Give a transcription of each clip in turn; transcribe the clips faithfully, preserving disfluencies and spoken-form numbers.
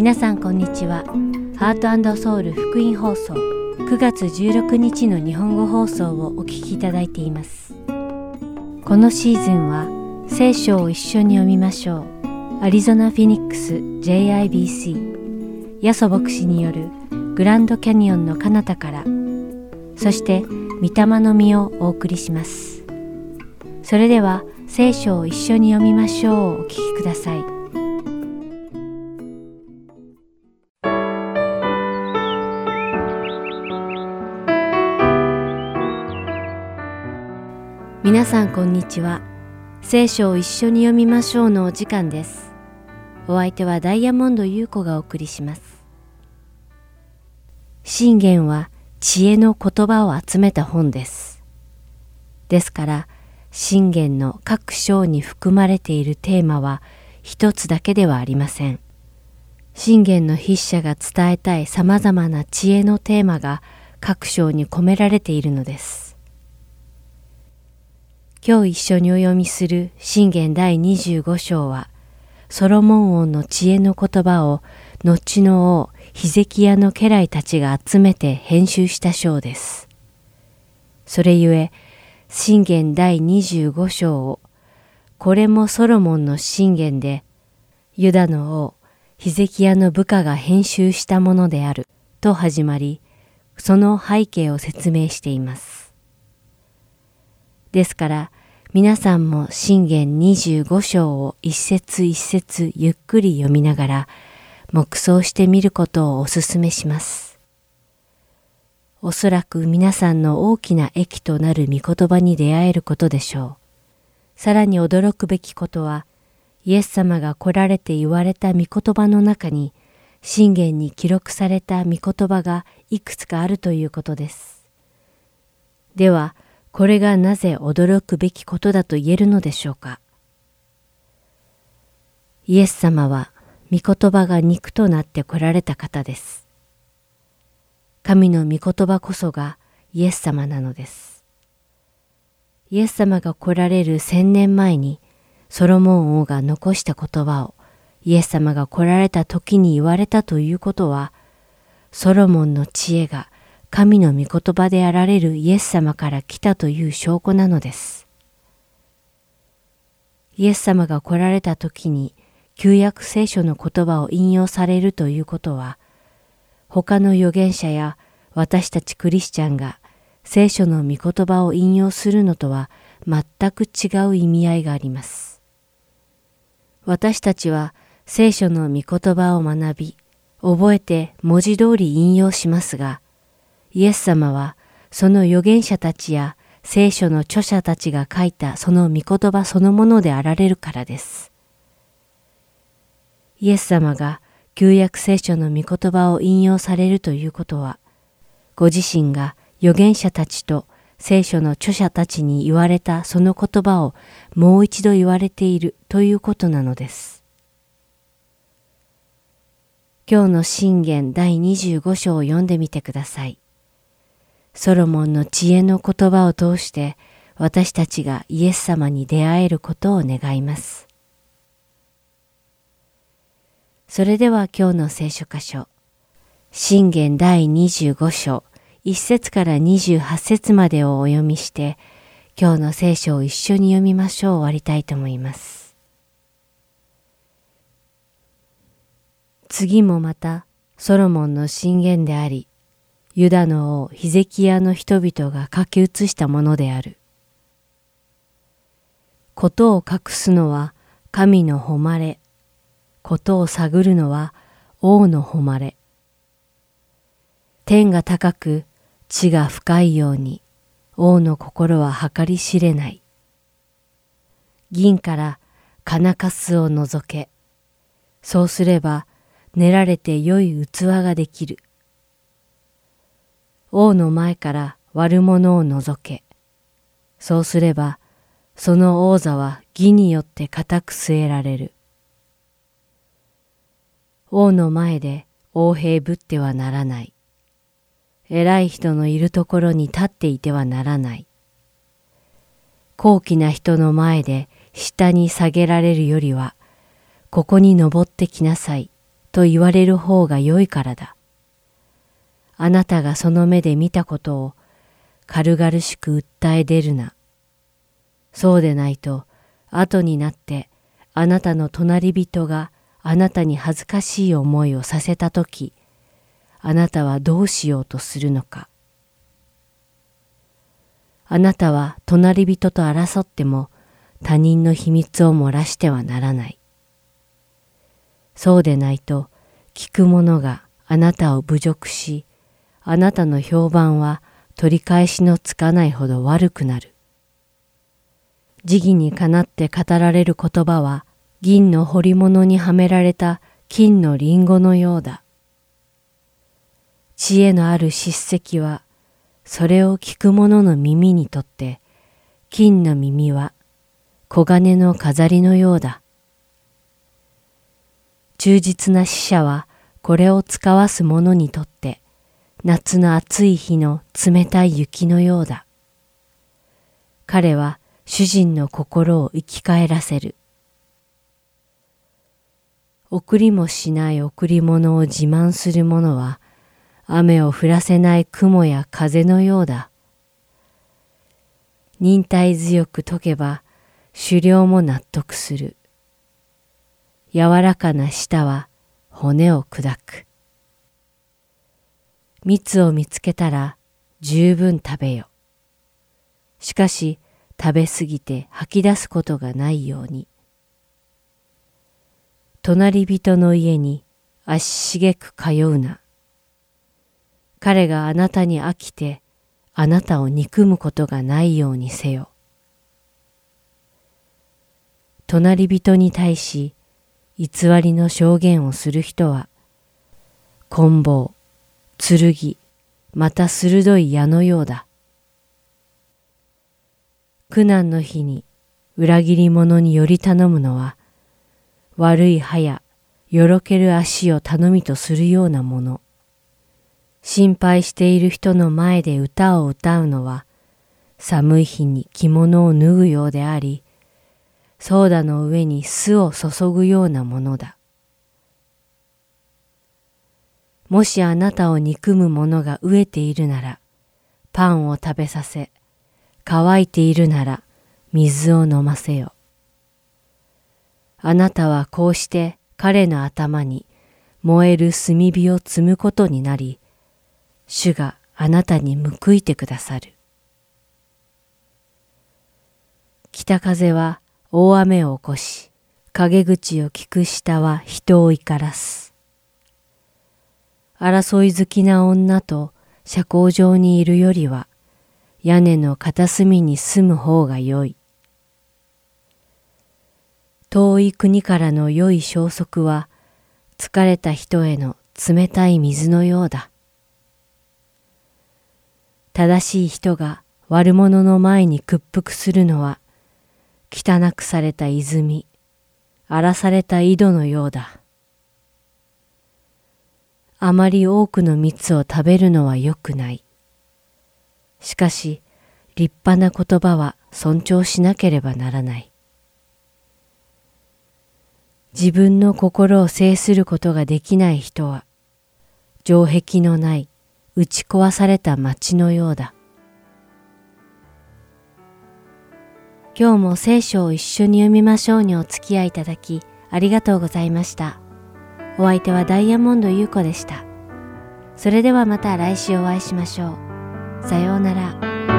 皆さんこんにちは。ハート&ソウル福音放送くがつじゅうろくにちの日本語放送をお聞きいただいています。このシーズンは聖書を一緒に読みましょう。アリゾナ・フィニックス ジェイアイビーシー ヤソ牧師によるグランドキャニオンの彼方から、そして御霊の実をお送りします。それでは聖書を一緒に読みましょうをお聞きください。皆さんこんにちは。聖書を一緒に読みましょうのお時間です。お相手はダイヤモンド優子がお送りします。箴言は知恵の言葉を集めた本です。ですから箴言の各章に含まれているテーマは一つだけではありません。箴言の筆者が伝えたいさまざまな知恵のテーマが各章に込められているのです。今日一緒にお読みする箴言だいにじゅうご章は、ソロモン王の知恵の言葉を後の王ヒゼキヤの家来たちが集めて編集した章です。それゆえ、箴言だいにじゅうご章を、これもソロモンの箴言で、ユダの王ヒゼキヤの部下が編集したものであると始まり、その背景を説明しています。ですから皆さんも箴言にじゅうご章を一節一節ゆっくり読みながら黙想してみることをお勧めします。おそらく皆さんの大きな益となる御言葉に出会えることでしょう。さらに驚くべきことは、イエス様が来られて言われた御言葉の中に箴言に記録された御言葉がいくつかあるということです。ではこれがなぜ驚くべきことだと言えるのでしょうか。イエス様は御言葉が肉となって来られた方です。神の御言葉こそがイエス様なのです。イエス様が来られる千年前にソロモン王が残した言葉をイエス様が来られた時に言われたということは、ソロモンの知恵が神の御言葉であられるイエス様から来たという証拠なのです。イエス様が来られた時に旧約聖書の言葉を引用されるということは、他の預言者や私たちクリスチャンが聖書の御言葉を引用するのとは全く違う意味合いがあります。私たちは聖書の御言葉を学び、覚えて文字通り引用しますが、イエス様はその預言者たちや聖書の著者たちが書いたその御言葉そのものであられるからです。イエス様が旧約聖書の御言葉を引用されるということは、ご自身が預言者たちと聖書の著者たちに言われたその言葉をもう一度言われているということなのです。今日の箴言だいにじゅうご章を読んでみてください。ソロモンの知恵の言葉を通して私たちがイエス様に出会えることを願います。それでは今日の聖書箇所、箴言だいにじゅうご章いち節からにじゅうはち節までをお読みして、今日の聖書を一緒に読みましょう。終わりたいと思います。次もまたソロモンの箴言であり、ユダの王ヒゼキヤの人々が書き写したものである。ことを隠すのは神の誉れ、ことを探るのは王の誉れ。天が高く地が深いように王の心は計り知れない。銀から金かすを除け、そうすれば練られて良い器ができる。王の前から悪者を除け。そうすれば、その王座は義によって固く据えられる。王の前で横兵ぶってはならない。偉い人のいるところに立っていてはならない。高貴な人の前で下に下げられるよりは、ここに登ってきなさいと言われる方が良いからだ。あなたがその目で見たことを軽々しく訴え出るな。そうでないと後になってあなたの隣人があなたに恥ずかしい思いをさせたとき、あなたはどうしようとするのか。あなたは隣人と争っても他人の秘密を漏らしてはならない。そうでないと聞く者があなたを侮辱し、あなたの評判は取り返しのつかないほど悪くなる。時義にかなって語られる言葉は銀の彫り物にはめられた金のリンゴのようだ。知恵のある叱責はそれを聞く者の耳にとって金の耳は黄金の飾りのようだ。忠実な使者はこれを使わす者にとって夏の暑い日の冷たい雪のようだ。彼は主人の心を生き返らせる。送りもしない贈り物を自慢する者は雨を降らせない雲や風のようだ。忍耐強く解けば狩猟も納得する。柔らかな舌は骨を砕く。蜜を見つけたら十分食べよ。しかし食べすぎて吐き出すことがないように。隣人の家に足しげく通うな。彼があなたに飽きてあなたを憎むことがないようにせよ。隣人に対し偽りの証言をする人は棍棒、剣、また鋭い矢のようだ。苦難の日に裏切り者により頼むのは悪い歯やよろける足を頼みとするようなもの。心配している人の前で歌を歌うのは寒い日に着物を脱ぐようであり、ソーダの上に酢を注ぐようなものだ。もしあなたを憎む者が飢えているならパンを食べさせ、乾いているなら水を飲ませよ。あなたはこうして彼の頭に燃える炭火を積むことになり、主があなたに報いてくださる。北風は大雨を起こし、陰口を聞く舌は人を怒らす。争い好きな女と社交場にいるよりは、屋根の片隅に住む方がよい。遠い国からの良い消息は、疲れた人への冷たい水のようだ。正しい人が悪者の前に屈服するのは、汚くされた泉、荒らされた井戸のようだ。あまり多くの蜜を食べるのは良くない。しかし、立派な言葉は尊重しなければならない。自分の心を制することができない人は、城壁のない打ち壊された町のようだ。今日も聖書を一緒に読みましょうにお付き合いいただきありがとうございました。お相手はダイヤモンド優子でした。それではまた来週お会いしましょう。さようなら。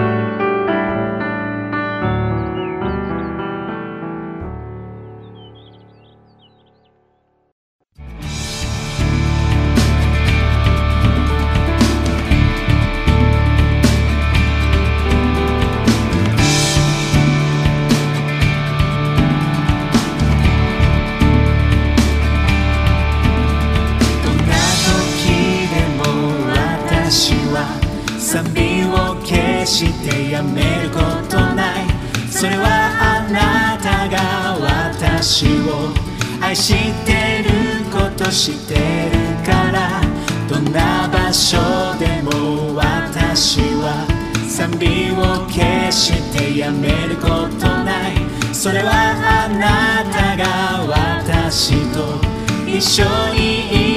してやめることない。それはあなたが私を愛してること知ってるから。どんな場所でも私は賛美を決してやめることない。それはあなたが私と一緒にい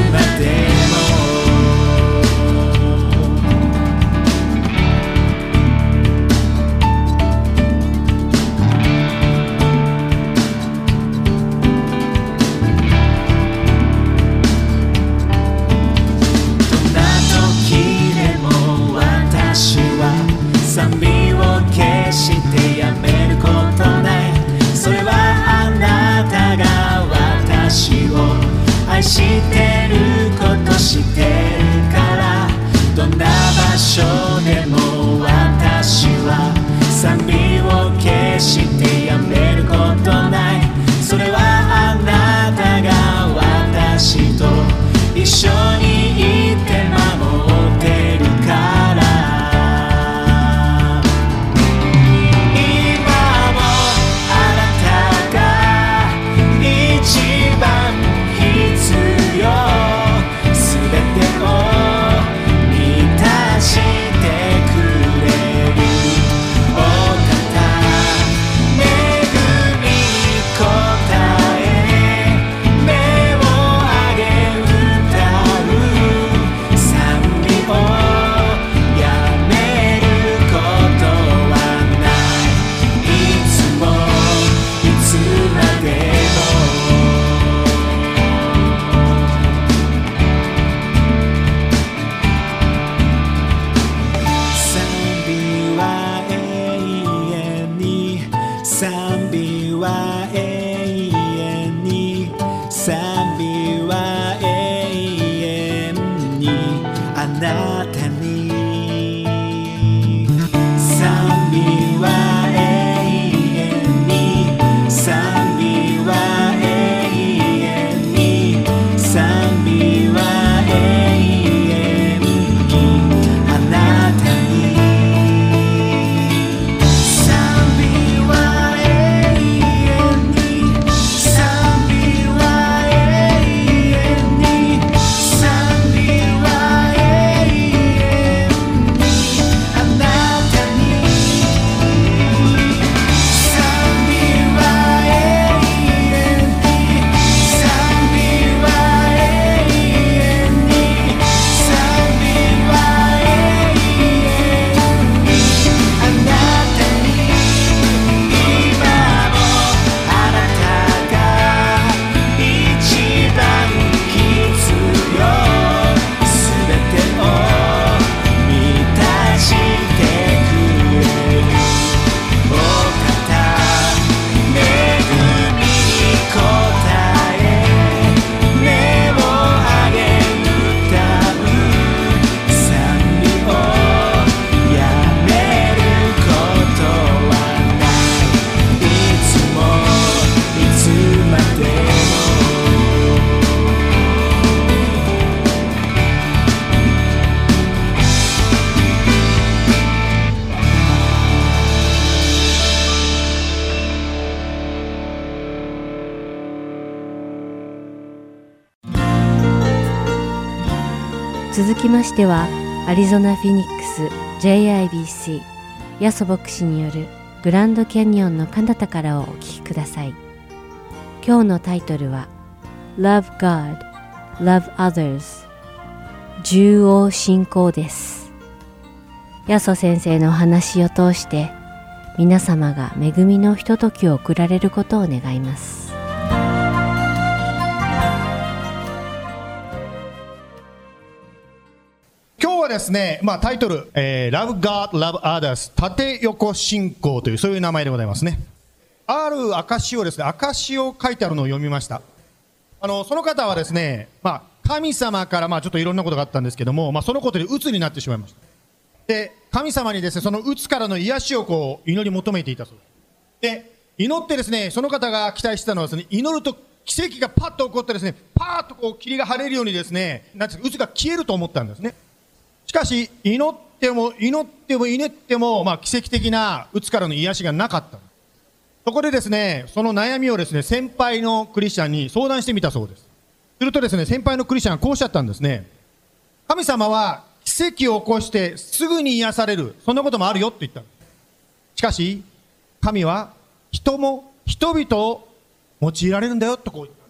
続きましてはアリゾナ・フィニックス ジェイアイビーシー ヤソ牧師によるグランドキャニオンの彼方からをお聞きください。今日のタイトルは Love God, Love Others 縦横信仰です。ヤソ先生のお話を通して皆様が恵みのひとときを送られることを願います。 今日はですね、まあ、タイトル、えー、Love God, Love Others 縦横信仰というそういう名前でございますね。ある証をですね、証を書いてあるのを読みました。あのその方はですね、まあ、神様からまあちょっといろんなことがあったんですけども、まあ、そのことで鬱になってしまいました。で、神様にですね、その鬱からの癒しをこう祈り求めていたそうです。で、祈ってですね、その方が期待してたのはですね、祈ると奇跡がパッと起こってですね、パーッとこう霧が晴れるようにですね、なんていうか鬱が消えると思ったんですね。しかし祈っても祈っても祈っても、まあ、奇跡的な鬱からの癒しがなかった。そこでですね、その悩みをですね、先輩のクリスチャンに相談してみたそうです。するとですね、先輩のクリスチャンがこうおっしゃったんですね。神様は奇跡を起こしてすぐに癒される、そんなこともあるよって言った。しかし神は人も人々を用いられるんだよとこう言った。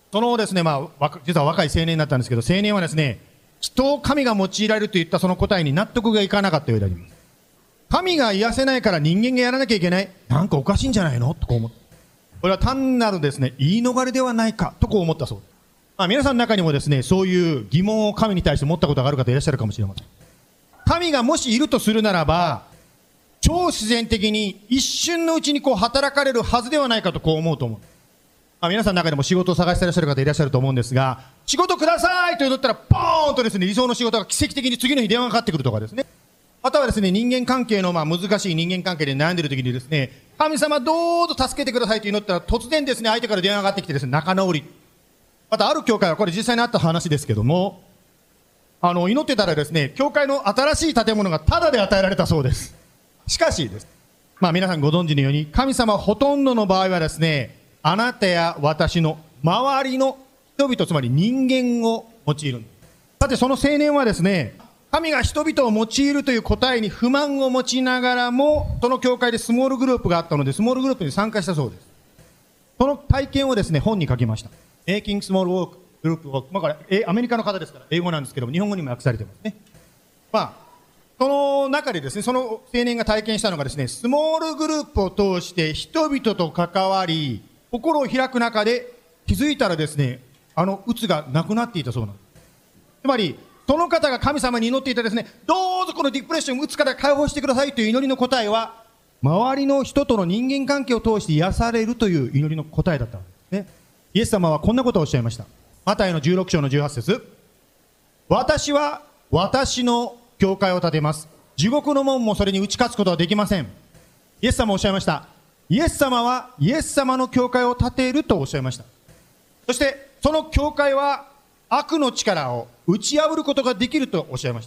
そのですね、まあ、実は若い青年だったんですけど、青年はですね、人を神が用いられると言ったその答えに納得がいかなかったようであります。神が癒せないから人間がやらなきゃいけない、なんかおかしいんじゃないのとこう思った。これは単なるですね、言い逃れではないかとこう思ったそうです。まあ、皆さんの中にもですね、そういう疑問を神に対して持ったことがある方いらっしゃるかもしれません。神がもしいるとするならば、超自然的に一瞬のうちにこう働かれるはずではないかとこう思うと思う。まあ、皆さんの中でも仕事を探していらっしゃる方いらっしゃると思うんですが、仕事くださいと言ったらポーンとですね、理想の仕事が奇跡的に次の日電話がかかってくるとかですね。またはですね、人間関係のまあ難しい人間関係で悩んでいる時にですね、神様どうぞ助けてくださいと祈ったら突然ですね、相手から電話がかかってきてですね、仲直り。またある教会はこれ実際にあった話ですけども、あの祈ってたらですね、教会の新しい建物がタダで与えられたそうです。しかしです、まあ皆さんご存知のように、神様ほとんどの場合はですね、あなたや私の周りの人々、つまり人間を用いるんです。さてその青年はですね、神が人々を用いるという答えに不満を持ちながらも、その教会でスモールグループがあったので、スモールグループに参加したそうです。その体験をですね、本に書きました。メイキングスモールウォークグループウォーク。まあ、これアメリカの方ですから英語なんですけども、日本語にも訳されてますね。まあその中でですね、その青年が体験したのがですね、スモールグループを通して人々と関わり、心を開く中で気づいたらですね、あの鬱がなくなっていたそうなんです。つまりその方が神様に祈っていたですね、どうぞこのディプレッション、鬱から解放してくださいという祈りの答えは、周りの人との人間関係を通して癒されるという祈りの答えだったんですね。イエス様はこんなことをおっしゃいました。マタイのじゅうろく章のじゅうはち節、私は私の教会を建てます。地獄の門もそれに打ち勝つことはできません。イエス様はおっしゃいました。イエス様はイエス様の教会を建てるとおっしゃいました。そしてその教会は悪の力を打ち破ることができるとおっしゃいました。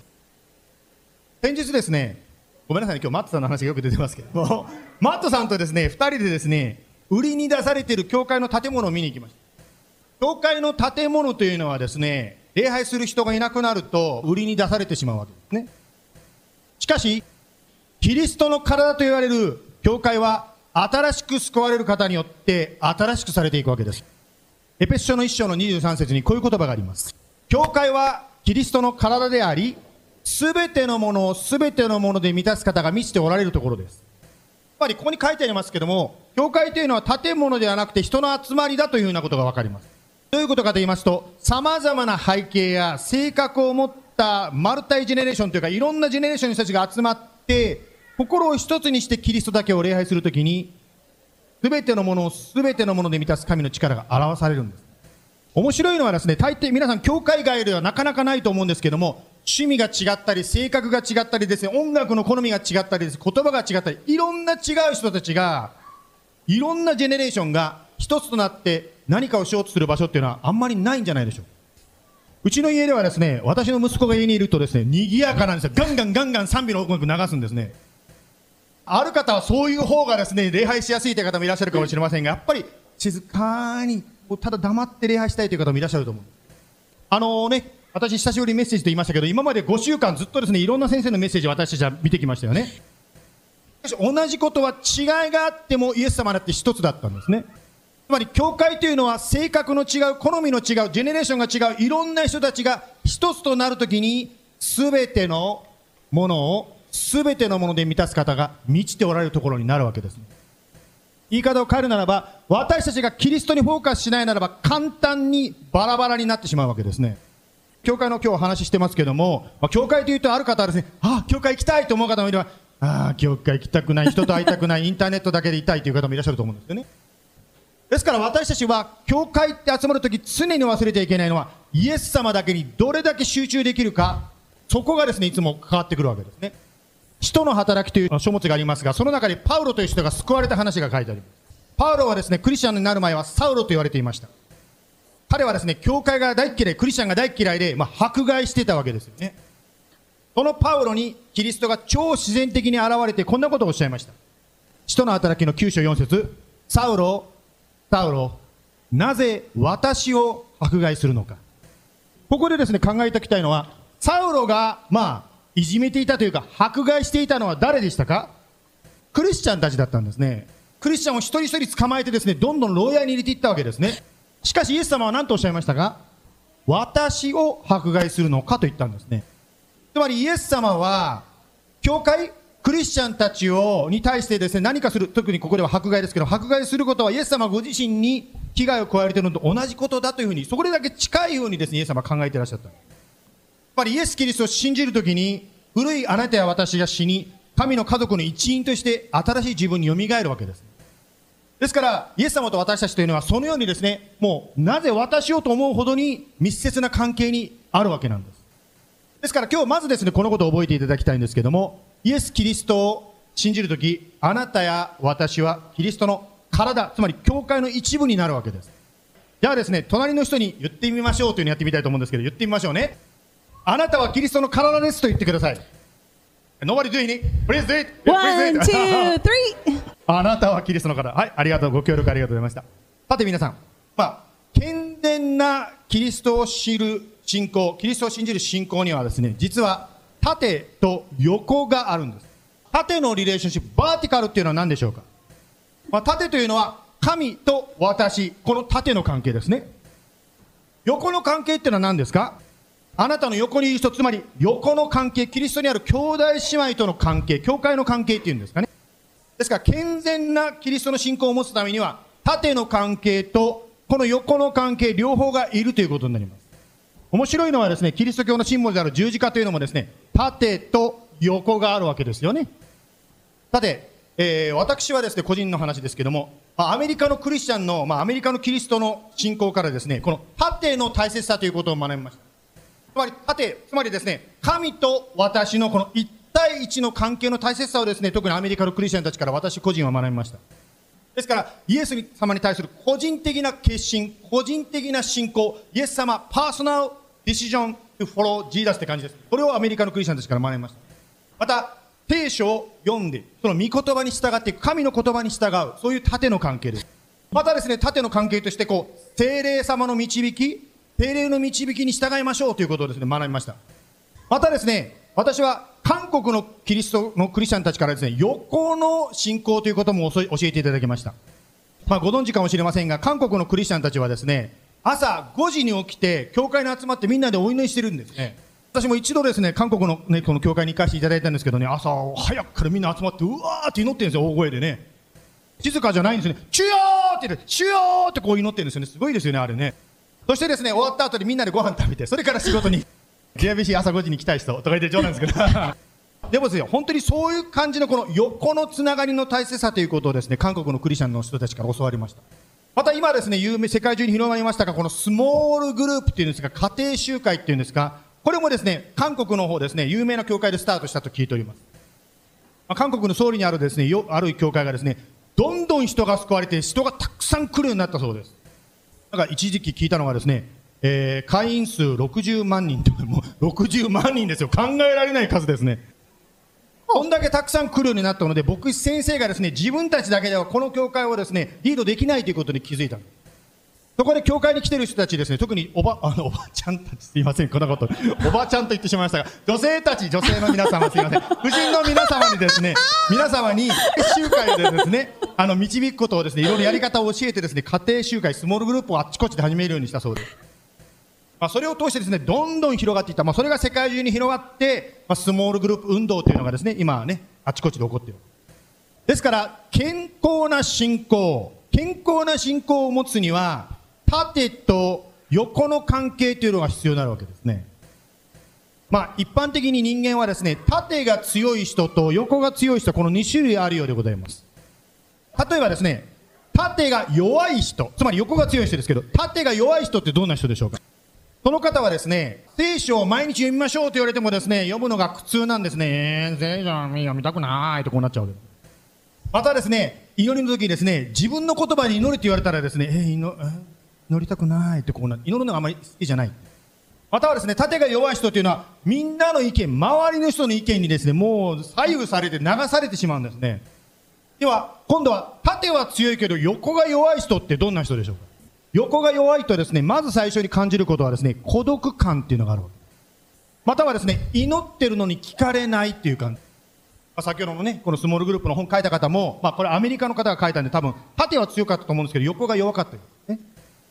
先日ですね、ごめんなさいね、今日マットさんの話がよく出てますけどもマットさんとですね、ふたりでですね、売りに出されている教会の建物を見に行きました。教会の建物というのはですね、礼拝する人がいなくなると売りに出されてしまうわけですね。しかしキリストの体と言われる教会は新しく救われる方によって新しくされていくわけです。エペソ書のいち章のにじゅうさん節にこういう言葉があります。教会はキリストの体であり、すべてのものをすべてのもので満たす方が満ちておられるところです。つまりここに書いてありますけども、教会というのは建物ではなくて人の集まりだというようなことがわかります。どういうことかと言いますと、様々な背景や性格を持ったマルタイジェネレーションというか、いろんなジェネレーションの人たちが集まって心を一つにしてキリストだけを礼拝するときに、すべてのものをすべてのもので満たす神の力が表されるんです。面白いのはですね、大抵皆さん教会外ではなかなかないと思うんですけども、趣味が違ったり性格が違ったりですね、音楽の好みが違ったりです、言葉が違ったり、いろんな違う人たちが、いろんなジェネレーションが一つとなって何かをしようとする場所っていうのはあんまりないんじゃないでしょう。うちの家ではですね、私の息子が家にいるとですね、賑やかなんですよ。ガンガンガンガン賛美の音楽流すんですね。ある方はそういう方がですね、礼拝しやすいという方もいらっしゃるかもしれませんが、やっぱり静かにただ黙って礼拝したいという方もいらっしゃると思う。あのね、私久しぶりにメッセージと言いましたけど、今までごしゅうかんずっとですね、いろんな先生のメッセージを私たちは見てきましたよね。しかし同じことは違いがあってもイエス様だって一つだったんですね。つまり教会というのは性格の違う、好みの違う、ジェネレーションが違ういろんな人たちが一つとなるときに、すべてのものをすべてのもので満たす方が満ちておられるところになるわけです。言い方を変えるならば、私たちがキリストにフォーカスしないならば簡単にバラバラになってしまうわけですね。教会の今日お話ししてますけども、まあ、教会というとある方はですね、ああ教会行きたいと思う方もいれば、ああ教会行きたくない、人と会いたくない、インターネットだけでいたいという方もいらっしゃると思うんですよね。ですから私たちは教会って集まるとき常に忘れてはいけないのは、イエス様だけにどれだけ集中できるか、そこがですねいつも関わってくるわけですね。使徒の働きという書物がありますが、その中でパウロという人が救われた話が書いてあります。パウロはですね、クリスチャンになる前はサウロと言われていました。彼はですね、教会が大嫌い、クリスチャンが大嫌いで、まあ、迫害してたわけですよね。そのパウロにキリストが超自然的に現れてこんなことをおっしゃいました。使徒の働きのきゅう章よん節、サウロ、サウロ、なぜ私を迫害するのか。ここでですね、考えておきたいのは、サウロが、まあ、いじめていたというか、迫害していたのは誰でしたか？クリスチャンたちだったんですね。クリスチャンを一人一人捕まえてですね、どんどん牢屋に入れていったわけですね。 しかしイエス様は何とおっしゃいましたか？私を迫害するのかと言ったんですね。つまりイエス様は教会クリスチャンたちをに対してですね、何かする、特にここでは迫害ですけど、迫害することはイエス様ご自身に危害を加えているのと同じことだというふうに、そこだけ近いようにですね、イエス様は考えていらっしゃった。やっぱりイエス・キリストを信じるときに、古いあなたや私が死に、神の家族の一員として新しい自分によみがえるわけです。ですから、イエス様と私たちというのは、そのようにですね、もう、なぜ私をと思うほどに密接な関係にあるわけなんです。ですから今日まずですね、このことを覚えていただきたいんですけども、イエス・キリストを信じるとき、あなたや私はキリストの体、つまり教会の一部になるわけです。じゃあですね、隣の人に言ってみましょうというのをやってみたいと思うんですけど、言ってみましょうね。あなたはキリストの体ですと言ってください。Nobody doing it? Please do it. One, two, three. あなたはキリストの体。はい、ありがとう。ご協力ありがとうございました。さて皆さん、まあ、健全なキリストを知る信仰、キリストを信じる信仰にはですね、実は縦と横があるんです。縦のリレーションシップ、バーティカルっていうのは何でしょうか？まあ、縦というのは神と私、この縦の関係ですね。横の関係っていうのは何ですか？あなたの横にいる人、つまり横の関係、キリストにある兄弟姉妹との関係、教会の関係っていうんですかね。ですから健全なキリストの信仰を持つためには、縦の関係とこの横の関係両方がいるということになります。面白いのはですね、キリスト教のシンボルである十字架というのもですね、縦と横があるわけですよね。さて、えー、私はですね、個人の話ですけども、アメリカのクリスチャンの、まあ、アメリカのキリストの信仰からですね、この縦の大切さということを学びました。つまり縦、つまりですね、神と私のこの一対一の関係の大切さをですね、特にアメリカのクリスチャンたちから私個人は学びました。ですから、イエス様に対する個人的な決心、個人的な信仰、イエス様、パーソナルディシジョン to follow Jesus って感じです。これをアメリカのクリスチャンたちから学びました。また、聖書を読んで、その御言葉に従っていく、神の言葉に従う、そういう縦の関係です。またですね、縦の関係として、こう、聖霊様の導き、聖霊の導きに従いましょうということをですね、学びました。またですね、私は韓国のキリストのクリスチャンたちからですね、横の信仰ということも教えていただきました。まあ、ご存知かもしれませんが、韓国のクリスチャンたちはですね、朝ごじに起きて、教会に集まってみんなでお祈りしてるんですね。私も一度ですね、韓国のね、この教会に行かせていただいたんですけどね、朝早くからみんな集まって、うわーって祈ってるんですよ、大声でね。静かじゃないんですよね。主よーって言って、主よーってこう祈ってるんですよね。すごいですよね、あれね。そしてですね、終わった後でみんなでご飯食べて、それから仕事に、ジェービーシー 朝ごじに来たい人とか言って冗談ですけど。でもですよ、本当にそういう感じのこの横のつながりの大切さということをですね、韓国のクリスチャンの人たちから教わりました。また今ですね、有名、世界中に広まりましたが、このスモールグループっていうんですか、家庭集会っていうんですか、これもですね、韓国の方ですね、有名な教会でスタートしたと聞いております。まあ、韓国のソウルにあるですね、よある教会がですね、どんどん人が救われて、人がたくさん来るようになったそうです。だから一時期聞いたのがですね、えー、会員数ろくじゅうまんにんとか、もうろくじゅうまんにんですよ。考えられない数ですね。こんだけたくさん来るようになったので、牧師先生がですね、自分たちだけではこの教会をですね、リードできないということに気づいたんです。そこで教会に来ている人たちですね、特におば、あの、おばちゃんたち、すいません、こんなこと、おばちゃんと言ってしまいましたが、女性たち、女性の皆様、すいません、夫人の皆様にですね、皆様に、集会でですね、あの、導くことをですね、いろいろやり方を教えてですね、家庭集会、スモールグループをあっちこっちで始めるようにしたそうです。まあ、それを通してですね、どんどん広がっていった。まあ、それが世界中に広がって、まあ、スモールグループ運動というのがですね、今はね、あちこちで起こっている。ですから、健康な信仰、健康な信仰を持つには、縦と横の関係というのが必要になるわけですね。まあ、一般的に人間はですね、縦が強い人と横が強い人、このに種類あるようでございます。例えばですね、縦が弱い人、つまり横が強い人ですけど、縦が弱い人ってどんな人でしょうか。その方はですね、聖書を毎日読みましょうと言われてもですね、読むのが苦痛なんですね。えー、聖書読みたくないとこうなっちゃうわけです。またですね、祈りの時にですね、自分の言葉に祈るって言われたらですね、えー、祈、えー、祈りたくないってこうなる。祈るのがあまり好きじゃない。またはですね、縦が弱い人というのは、みんなの意見、周りの人の意見にですね、もう左右されて流されてしまうんですね。では、今度は縦は強いけど横が弱い人ってどんな人でしょうか。横が弱いとですね、まず最初に感じることはですね、孤独感っていうのがあるわけ。またはですね、祈ってるのに聞かれないっていう感じ。まあ、先ほどのね、このスモールグループの本書いた方も、まあこれアメリカの方が書いたんで多分、縦は強かったと思うんですけど、横が弱かったですね。し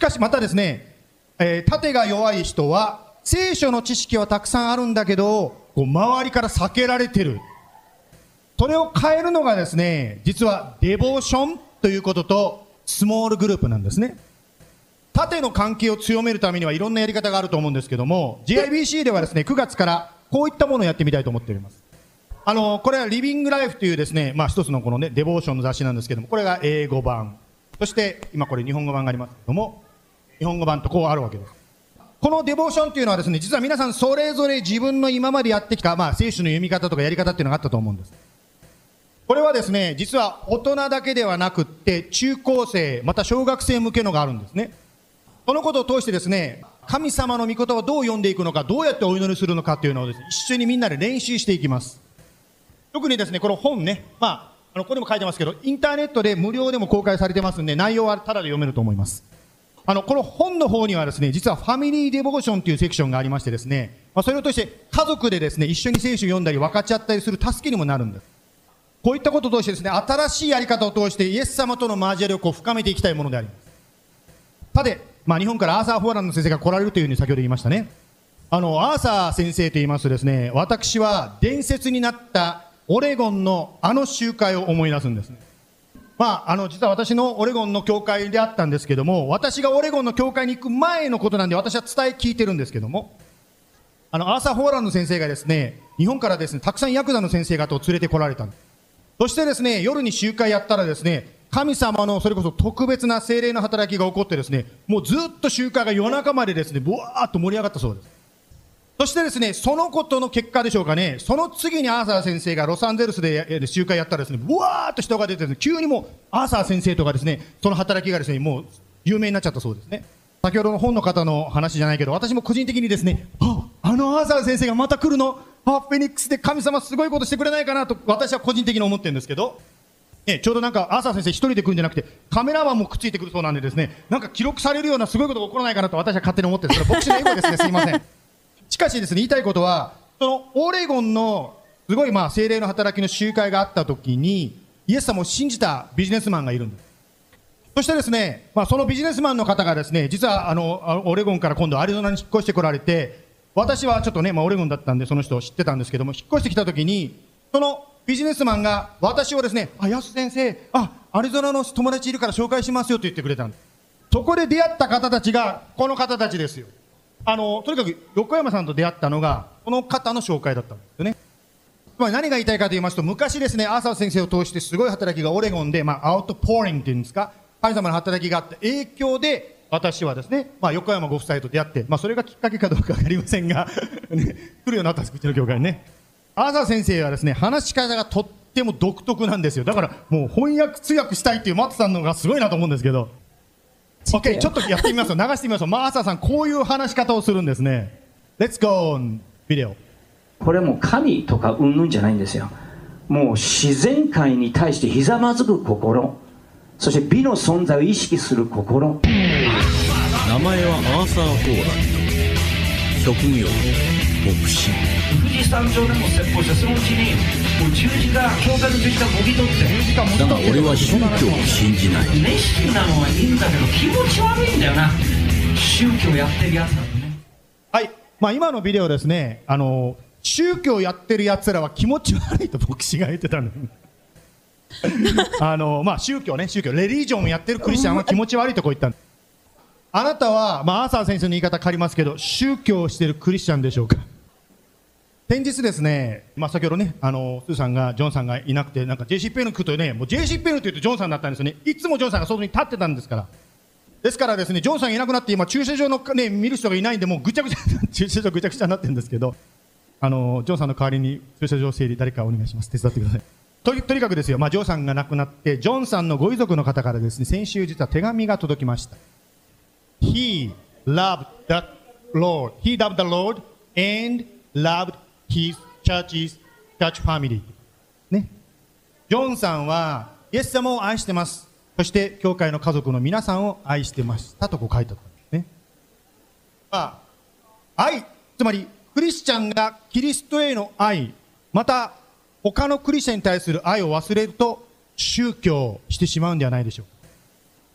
かしまたですね、えー、盾が弱い人は聖書の知識はたくさんあるんだけど、こう周りから避けられてる。それを変えるのがですね、実はデボーションということとスモールグループなんですね。縦の関係を強めるためにはいろんなやり方があると思うんですけども、 ジェイアイビーシー ではですね、くがつからこういったものをやってみたいと思っております。あのこれはリビングライフというですね、まあ一つのこのねデボーションの雑誌なんですけども、これが英語版、そして今これ日本語版がありますけども、日本語版とこうあるわけです。このデボーションというのはですね、実は皆さんそれぞれ自分の今までやってきた、まあ聖書の読み方とかやり方っていうのがあったと思うんです。これはですね、実は大人だけではなくって中高生また小学生向けのがあるんですね。そのことを通してですね、神様の御言葉をどう読んでいくのか、どうやってお祈りするのかというのをですね、一緒にみんなで練習していきます。特にですね、この本ね、まあ、あのここでも書いてますけど、インターネットで無料でも公開されてますんで、内容はただで読めると思います。あのこの本の方にはですね、実はファミリーデボーションというセクションがありましてですね、まあ、それを通して家族でですね一緒に聖書を読んだり分かち合ったりする助けにもなるんです。こういったことを通してですね、新しいやり方を通してイエス様との交わりをこう深めていきたいものであります。さて、まあ、日本からアーサー・フォーランド先生が来られるというふうに先ほど言いましたね。あのアーサー先生と言いますとですね、私は伝説になったオレゴンのあの集会を思い出すんですね。まあ、あの実は私のオレゴンの教会であったんですけども、私がオレゴンの教会に行く前のことなんで私は伝え聞いてるんですけども、あのアーサー・フォーランド先生がですね、日本からですねたくさんヤクザの先生方を連れてこられたんです。そしてですね、夜に集会やったらですね、神様のそれこそ特別な聖霊の働きが起こってですね、もうずっと集会が夜中までですねブワーッと盛り上がったそうです。そしてですね、そのことの結果でしょうかね、その次にアーサー先生がロサンゼルスで集会やったらですね、ブワーッと人が出てですね、急にもうアーサー先生とかですね、その働きがですねもう有名になっちゃったそうですね。先ほどの本の方の話じゃないけど、私も個人的にですね、あ、あのアーサー先生がまた来るの、あ、フェニックスで神様すごいことしてくれないかなと私は個人的に思ってるんですけど、ね、ちょうどなんかアーサー先生一人で来るんじゃなくてカメラマンもくっついてくるそうなんでですね、なんか記録されるようなすごいことが起こらないかなと私は勝手に思ってるんです。それ牧師の英語ですね、すいません。しかしですね、言いたいことは、そのオレゴンのすごいまあ聖霊の働きの集会があった時にイエス様を信じたビジネスマンがいるんです。そしてですね、まあ、そのビジネスマンの方がですね、実はあのオレゴンから今度アリゾナに引っ越してこられて、私はちょっとね、まあ、オレゴンだったんでその人を知ってたんですけども、引っ越してきた時にそのビジネスマンが私をですね、あ、ヤス先生、あ、アリゾナの友達いるから紹介しますよと言ってくれたんです。そこで出会った方たちがこの方たちですよ。あのとにかく横山さんと出会ったのがこの方の紹介だったんですよね。つまり何が言いたいかと言いますと、昔ですね、アーサー先生を通してすごい働きがオレゴンで、まあ、アウトポーリングというんですか、神様の働きがあった影響で私はですね、まあ、横山ご夫妻と出会って、まあ、それがきっかけかどうか分かりませんが、ね、来るようになったんです、うちの教会にね。アーサー先生はですね、話し方がとっても独特なんですよ。だからもう翻訳通訳したいっていうマットさんのがすごいなと思うんですけど、OK、ちょっとやってみますよ、流してみますよ。まあ、アーサーさんこういう話し方をするんですね。 Let's go on video。 これもう神とかうんぬんじゃないんですよ。もう自然界に対してひざまずく心、そして美の存在を意識する心。 名前はアーサー・フォーランド、職業牧師。 富士山上でも説法して、そのうちにもう十字架、教会の十字架もぎ取って、 だが俺は宗教を信じない。 熱心なのはいいんだけど気持ち悪いんだよな、宗教やってるやつだとね。 はい、まあ、今のビデオですね、あの宗教やってるやつらは気持ち悪いと牧師が言ってたんですあの、まあ、宗教ね、宗教レリジョンをやってるクリスチャンは気持ち悪いとこ言ったんです。あなたは、まあ、アーサー先生の言い方借りますけど、宗教をしているクリスチャンでしょうか。先日ですね、まあ、先ほどね、あのスーさんがジョンさんがいなくて、なんか ジェイシー ペンに来るとね、もう ジェイシー ペンというとジョンさんだったんですよね。いつもジョンさんが外に立ってたんですから。ですからですね、ジョンさんがいなくなって今駐車場の、ね、見る人がいないんで、もうぐちゃぐちゃ駐車場ぐちゃぐちゃになってるんですけど、あのジョンさんの代わりに駐車場整理誰かお願いします。手伝ってください。と, とにかくですよ、まあ、ジョンさんが亡くなってジョンさんのご遺族の方からですね、先週実は手紙が届きました。 He loved the Lord He loved the Lord and loved his church's church family、ね、ジョンさんはイエス様を愛してます、そして教会の家族の皆さんを愛してましたとこう書いてあったんですね。まあ、愛、つまりクリスチャンがキリストへの愛、また他のクリスチャンに対する愛を忘れると宗教してしまうんではないでしょうか。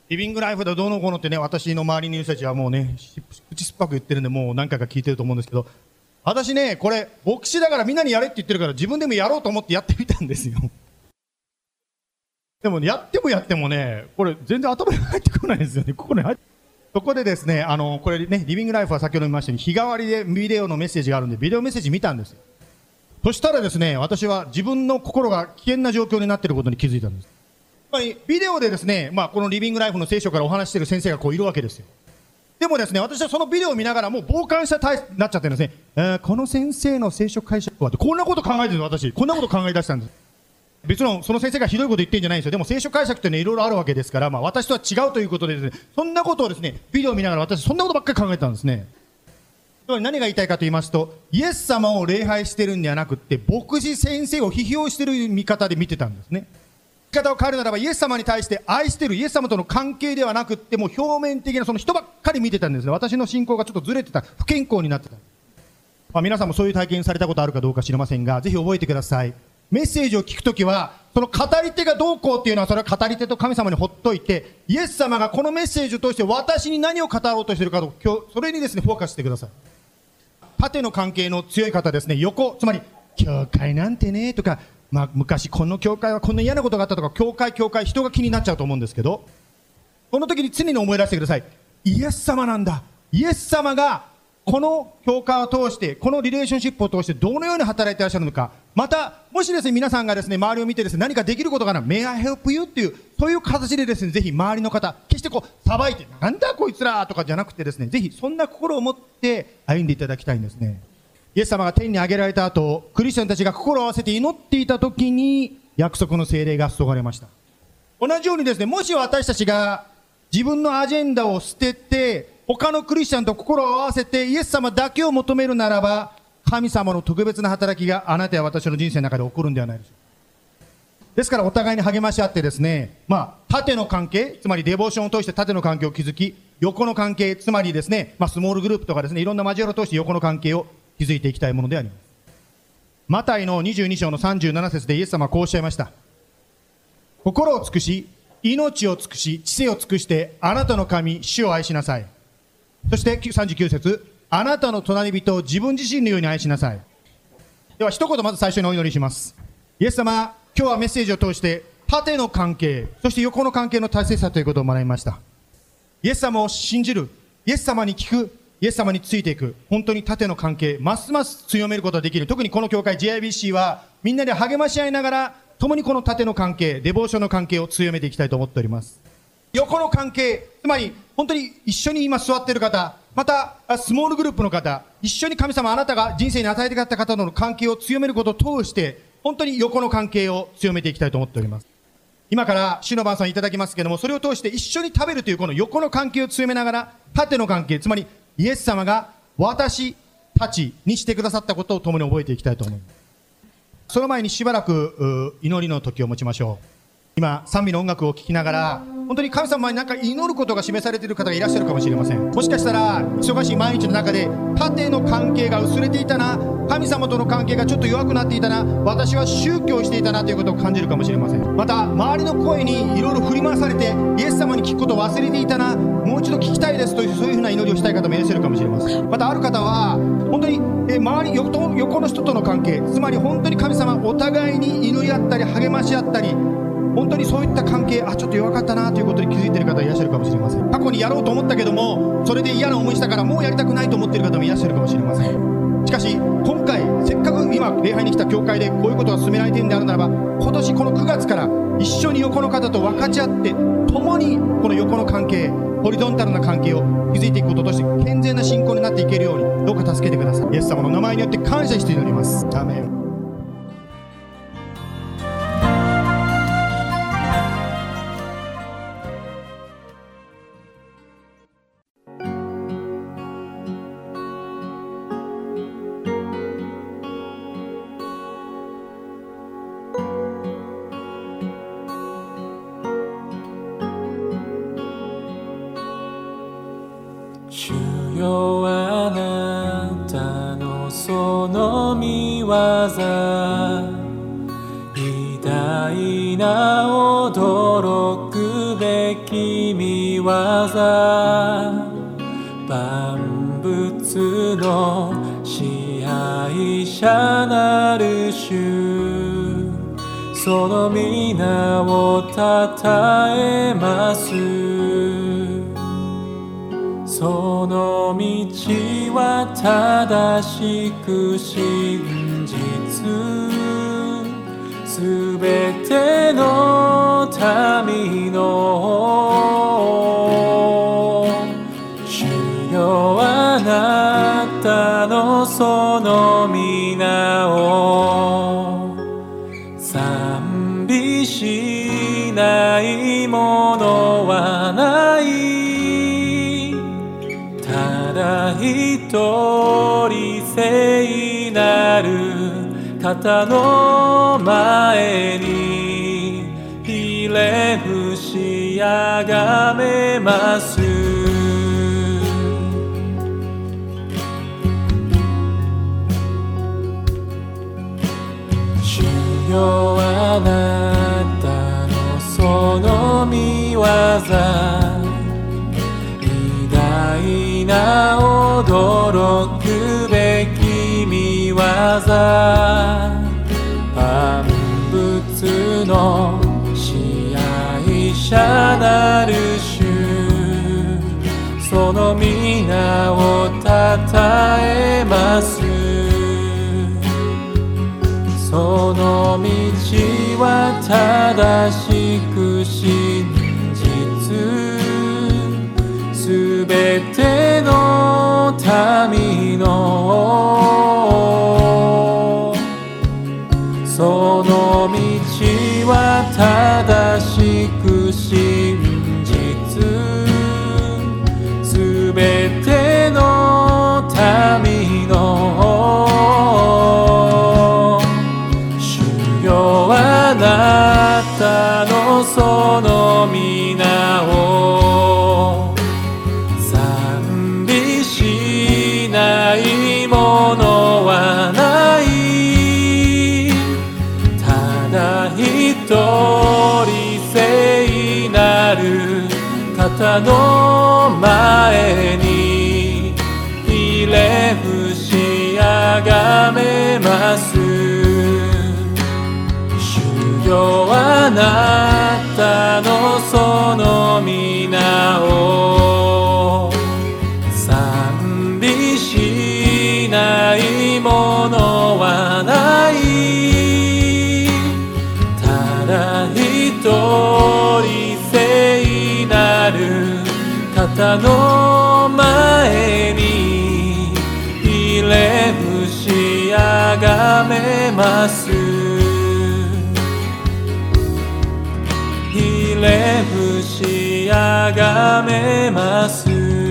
リビングライフだどうのこうのってね、私の周りにいる人たちはもうね、口酸っぱく言ってるんで、もう何回か聞いてると思うんですけど、私ね、これ牧師だからみんなにやれって言ってるから自分でもやろうと思ってやってみたんですよ。でも、ね、やってもやってもね、これ全然頭に入ってこないんですよね。ここに入ってそこでですね、あのこれね、リビングライフは先ほど見ましたように日替わりでビデオのメッセージがあるんで、ビデオメッセージ見たんですよ。そしたらですね、私は自分の心が危険な状況になっていることに気づいたんです。つまりビデオでですね、まあ、このリビングライフの聖書からお話している先生がこういるわけですよ。でもですね、私はそのビデオを見ながらもう傍観した体になっちゃってるんですね。えー、この先生の聖書解釈はって、こんなこと考えてるの私、こんなこと考え出したんです。別のその先生がひどいこと言ってるんじゃないんですよ。でも聖書解釈ってね、いろいろあるわけですから、まあ、私とは違うということでですね、そんなことをですね、ビデオを見ながら私そんなことばっかり考えてたんですね。つまり何が言いたいかと言いますと、イエス様を礼拝してるんではなくって、牧師先生を批評してる見方で見てたんですね。言い方を変えるならば、イエス様に対して愛してるイエス様との関係ではなくって、もう表面的なその人ばっかり見てたんですね。私の信仰がちょっとずれてた、不健康になってた。まあ、皆さんもそういう体験されたことあるかどうか知りませんが、ぜひ覚えてください。メッセージを聞くときは、その語り手がどうこうっていうのは、それは語り手と神様にほっといて、イエス様がこのメッセージを通して私に何を語ろうとしているかと、それにですね、フォーカスしてください。縦の関係の強い方ですね、横、つまり教会なんてねとか、まあ、昔この教会はこんな嫌なことがあったとか、教会教会人が気になっちゃうと思うんですけど、この時に常に思い出してください。イエス様なんだ。イエス様がこの教会を通して、このリレーションシップを通してどのように働いていらっしゃるのか、またもしですね、皆さんがですね、周りを見てですね、何かできることがあるなら May I help you っていう、そういう形でですね、ぜひ周りの方、決してこう裁いてなんだこいつらとかじゃなくてですね、ぜひそんな心を持って歩んでいただきたいんですね。イエス様が天に上げられた後、クリスチャンたちが心を合わせて祈っていた時に約束の聖霊が注がれました。同じようにですね、もし私たちが自分のアジェンダを捨てて他のクリスチャンと心を合わせてイエス様だけを求めるならば、神様の特別な働きがあなたや私の人生の中で起こるんではないでしょうか。ですからお互いに励まし合ってですね、まあ縦の関係、つまりデボーションを通して縦の関係を築き、横の関係、つまりですね、まあスモールグループとかですね、いろんな交わりを通して横の関係を築いていきたいものであります。マタイのにじゅうに章のさんじゅうなな節でイエス様はこうおっしゃいました。心を尽くし、命を尽くし、知性を尽くしてあなたの神主を愛しなさい。そしてさんじゅうきゅう節、あなたの隣人を自分自身のように愛しなさい。では一言まず最初にお祈りします。イエス様、今日はメッセージを通して縦の関係、そして横の関係の大切さということを学びました。イエス様を信じる、イエス様に聞く、イエス様についていく、本当に縦の関係、ますます強めることができる。特にこの教会 ジェイアイビーシー はみんなで励まし合いながら共にこの縦の関係、デボーションの関係を強めていきたいと思っております。横の関係、つまり本当に一緒に今座っている方、またスモールグループの方、一緒に神様あなたが人生に与えてくださった方との関係を強めることを通して本当に横の関係を強めていきたいと思っております。今から主の晩餐いただきますけれども、それを通して一緒に食べるというこの横の関係を強めながら縦の関係、つまりイエス様が私たちにしてくださったことを共に覚えていきたいと思います。その前にしばらく祈りの時を持ちましょう。今賛美の音楽を聴きながら本当に神様に何か祈ることが示されている方がいらっしゃるかもしれません。もしかしたら忙しい毎日の中で縦の関係が薄れていたな、神様との関係がちょっと弱くなっていたな、私は宗教していたなということを感じるかもしれません。また周りの声にいろいろ振り回されてイエス様に聞くことを忘れていたな、もう一度聞きたいですという、そういうふうな祈りをしたい方もいらっしゃるかもしれません。またある方は本当にえ周り 横, 横の人との関係、つまり本当に神様お互いに祈り合ったり励まし合ったり、本当にそういった関係、あちょっと弱かったなということに気づいている方いらっしゃるかもしれません。過去にやろうと思ったけどもそれで嫌な思いしたからもうやりたくないと思っている方もいらっしゃるかもしれません。しかし今回せっかく今礼拝に来た教会でこういうことが進められているのであるならば、今年このくがつから一緒に横の方と分かち合って共にこの横の関係、ホリゾンタルな関係を築いていくこととして健全な信仰になっていけるようにどうか助けてください。イエス様の名前によって感謝して祈ります。アーメン。 主よあなたのその御業、偉大な驚くべき御業、万物の支配者なる主、その皆をたたえます。その道は正しく真実、すべての民の主よ、あなたのその皆を賛美しないものはない。ただ一人聖なる方の前にひれ伏しあがめます。主よ、あなたのその御業、偉大な驚くべき御業、万物の支配者なる主、その皆をたたえます。その道は正しく真実、すべての民のその道は正しく真実、すべての民の主よ、あなたのその皆を賛美しないものはない。ただ一人聖なる方の前にひれ伏しあがめます。主よ、あなたのその皆を賛美しないものはない。ただ一人聖なる方の前にひれ伏しあがめます。ひれ伏しあがめます。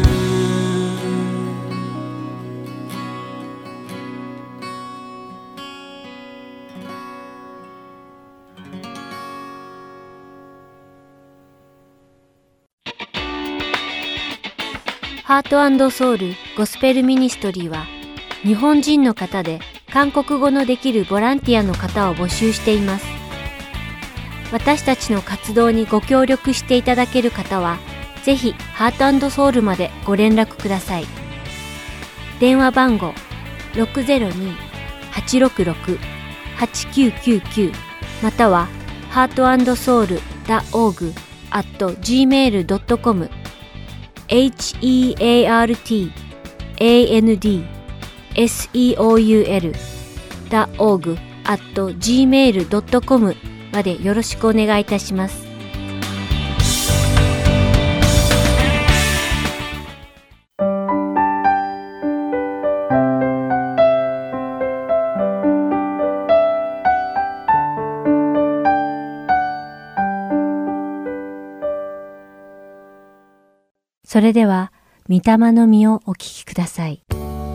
ハート&ソウルゴスペルミニストリーは、日本人の方で韓国語のできるボランティアの方を募集しています。私たちの活動にご協力していただける方は、ぜひハート&ソウルまでご連絡ください。電話番号 ろくゼロにー はちろくろく はちきゅうきゅうきゅう または ハートアンドソウル ドットオーグ アット ジーメール ドットコム ヘアートアンドソウル ドットオーグ アット ジーメール ドットコム までよろしくお願いいたします。それでは、御霊の実をお聞きください。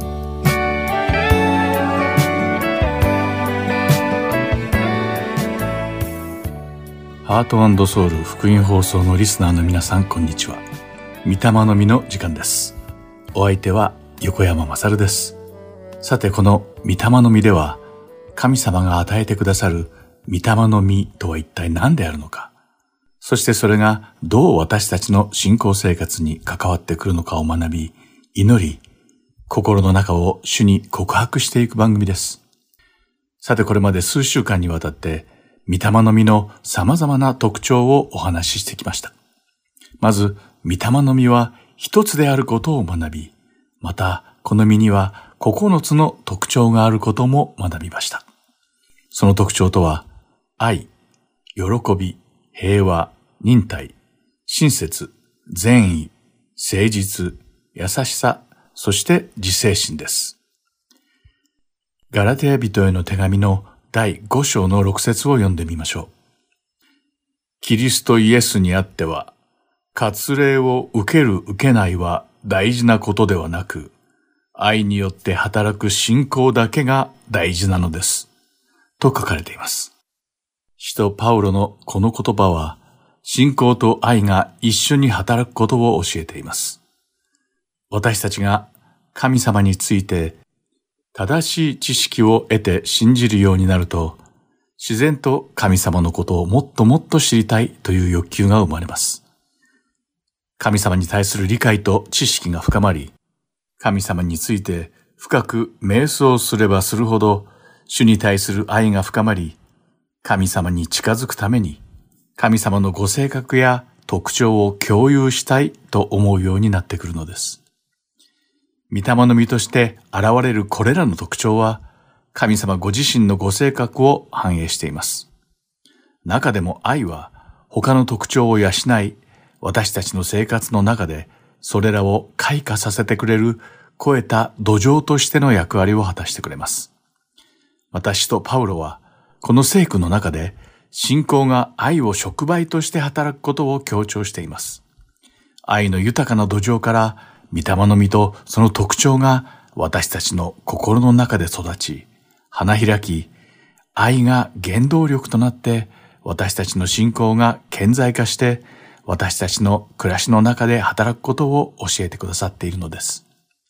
ハート&ソウル福音放送のリスナーの皆さん、こんにちは。御霊の実の時間です。お相手は横山まさるです。さて、この御霊の実では、神様が与えてくださる御霊の実とは一体何であるのか、 そしてそれがどう私たちの信仰生活に関わってくるのかを学び、祈り、心の中を主に告白していく番組です。さてこれまで数週間にわたって、御霊の実の様々な特徴をお話ししてきました。まず、御霊の実は一つであることを学び、またこの実には九つの特徴があることも学びました。その特徴とは、愛、喜び、平和、忍耐、親切、善意、誠実、優しさ、そして自制心です。ガラテヤ人への手紙のだいご章のろく節を読んでみましょう。キリストイエスにあっては、割礼を受ける受けないは大事なことではなく、愛によって働く信仰だけが大事なのです。と書かれています。使徒パウロのこの言葉は、信仰と愛が一緒に働くことを教えています。私たちが神様について正しい知識を得て信じるようになると、自然と神様のことをもっともっと知りたいという欲求が生まれます。神様に対する理解と知識が深まり、神様について深く瞑想すればするほど、主に対する愛が深まり、神様に近づくために、神様のご性格や特徴を共有したいと思うようになってくるのです。御霊の実として現れるこれらの特徴は、神様ご自身のご性格を反映しています。中でも愛は、他の特徴を養い、私たちの生活の中で、それらを開花させてくれる、肥えた土壌としての役割を果たしてくれます。また使徒パウロは、この聖句の中で、信仰が愛を触媒として働くことを強調しています。愛の豊かな土壌から、御霊の実とその特徴が私たちの心の中で育ち、花開き、愛が原動力となって私たちの信仰が顕在化して私たちの暮らしの中で働くことを教えてくださっているのです。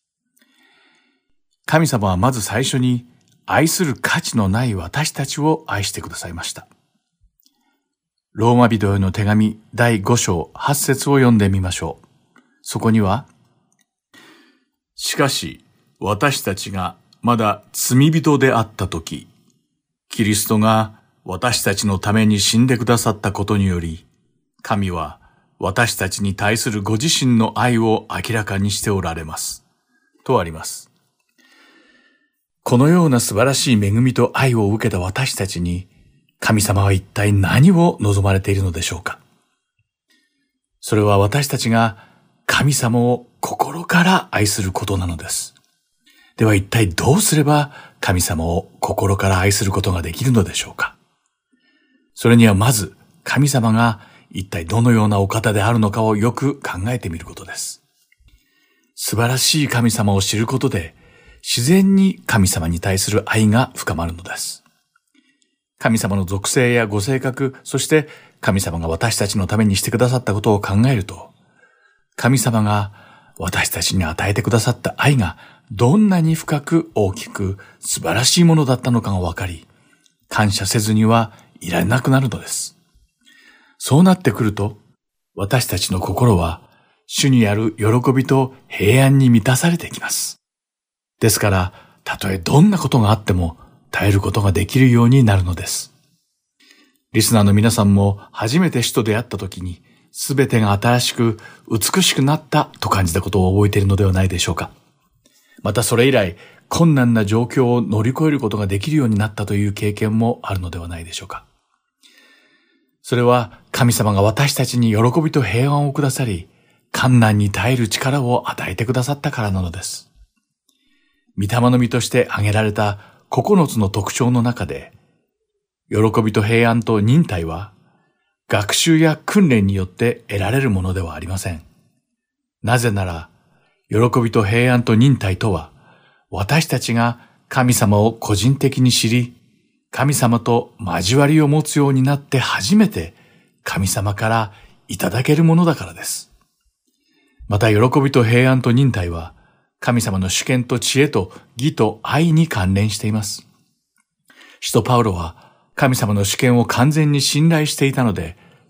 神様はまず最初に愛する価値のない私たちを愛してくださいました。ローマ人への手紙だいご章はち節を読んでみましょう。そこには、しかし私たちがまだ罪人であったとき、キリストが私たちのために死んでくださったことにより、神は私たちに対するご自身の愛を明らかにしておられます。とあります。このような素晴らしい恵みと愛を受けた私たちに、神様は一体何を望まれているのでしょうか。それは私たちが神様を心から愛することなのです。では一体どうすれば神様を心から愛することができるのでしょうか。それにはまず神様が一体どのようなお方であるのかをよく考えてみることです。素晴らしい神様を知ることで自然に神様に対する愛が深まるのです。神様の属性やご性格、そして神様が私たちのためにしてくださったことを考えると、神様が私たちに与えてくださった愛がどんなに深く大きく素晴らしいものだったのかがわかり、感謝せずにはいられなくなるのです。そうなってくると、私たちの心は主にある喜びと平安に満たされてきます。ですから、たとえどんなことがあっても耐えることができるようになるのです。リスナーの皆さんも初めて主と出会った時に、すべてが新しく美しくなったと感じたことを覚えているのではないでしょうか。またそれ以来、困難な状況を乗り越えることができるようになったという経験もあるのではないでしょうか。それは神様が私たちに喜びと平安をくださり、困難に耐える力を与えてくださったからなのです。御霊の実として挙げられた九つの特徴の中で、喜びと平安と忍耐は、学習や訓練によって得られるものではありません。なぜなら、喜びと平安と忍耐とは、私たちが神様を個人的に知り、神様と交わりを持つようになって初めて神様からいただけるものだからです。また喜びと平安と忍耐は、神様の主権と知恵と義と愛に関連しています。使徒パウロは神様の主権を完全に信頼していたので、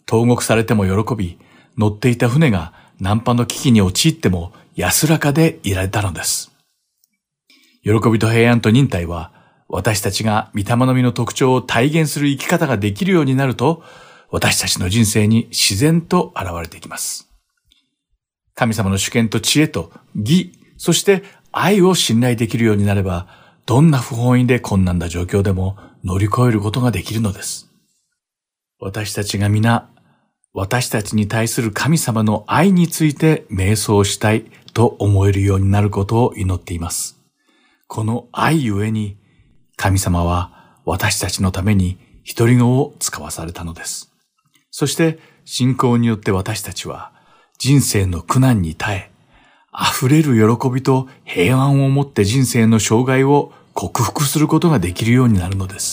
投獄されても喜び、乗っていた船が難破の危機に陥っても安らかでいられたのです。喜びと平安と忍耐は、私たちが御霊の実の特徴を体現する生き方ができるようになると、私たちの人生に自然と現れていきます。神様の主権と知恵と義、そして愛を信頼できるようになれば、どんな不本意で困難な状況でも乗り越えることができるのです。私たちが皆、私たちに対する神様の愛について瞑想したいと思えるようになることを祈っています。この愛ゆえに、神様は私たちのために一人子を使わされたのです。そして信仰によって私たちは人生の苦難に耐え、溢れる喜びと平安を持って人生の障害を克服することができるようになるのです。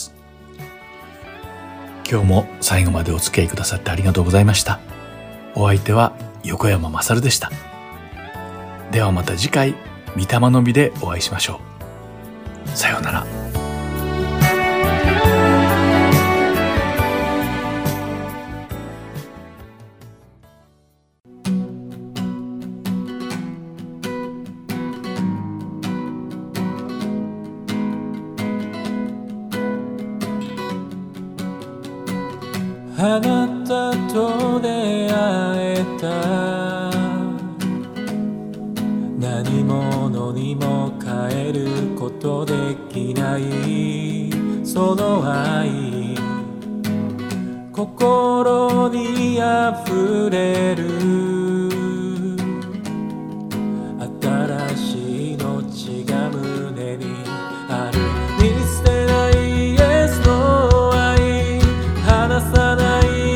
今日も最後までお付き合いくださってありがとうございました。お相手は横山まさるでした。ではまた次回、御霊の実でお会いしましょう。さようなら。 あなたと出会えた何者にも変えることできないその愛心にあふれる新しい命が胸にある見捨てないイエスの愛離さない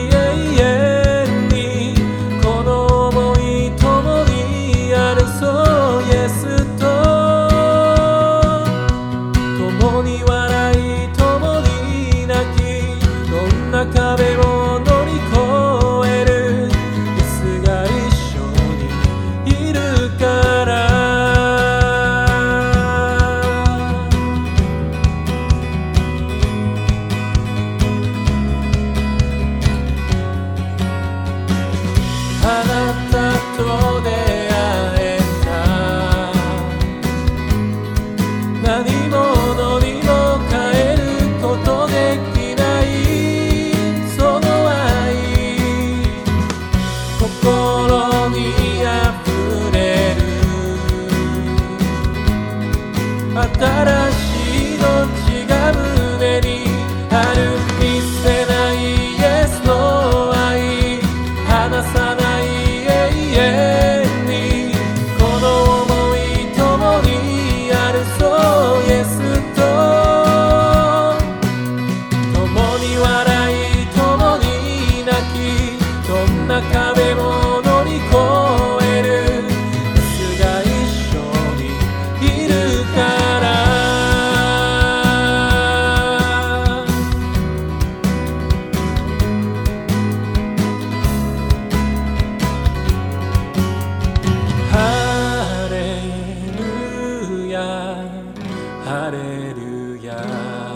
壁を乗り越えるイエスが一緒にいるからあなたと出会えた何者にも変えることできない心にあふれる新しい命が胸にある見せないイエスの愛離さない永遠にこの想い共にあるそうイエスと共に笑い共に泣きどんな壁も乗り越えるイエスが一緒にいるからハレルヤハレルヤ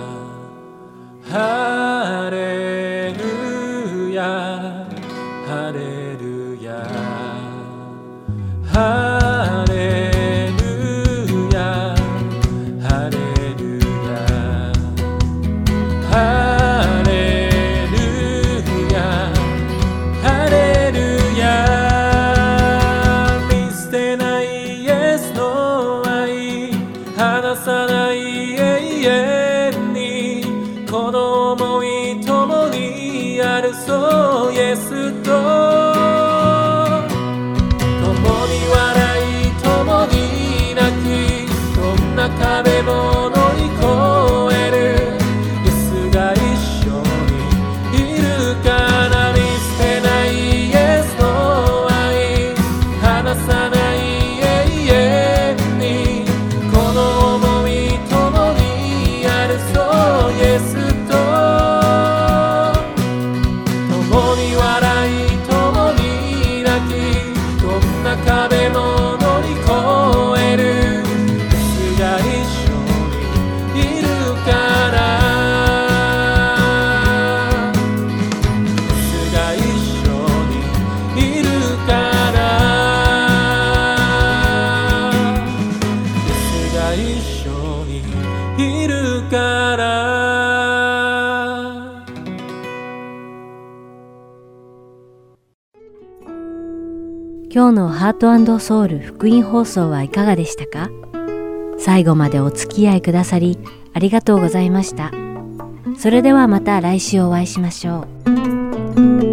ハレルヤハレルヤハレルヤハレルヤハレルヤハレルヤ見捨てないイエスの愛離さない永遠にこの想い共にあるそうイエスと共に笑い共に泣きどんな壁も乗り越えるイエスが一緒にいるから見捨てないイエスの愛離さない永遠にこの想い共にあ今日のハート&ソウル福音放送はいかがでしたか？最後までお付き合いくださりありがとうございました。それではまた来週お会いしましょう。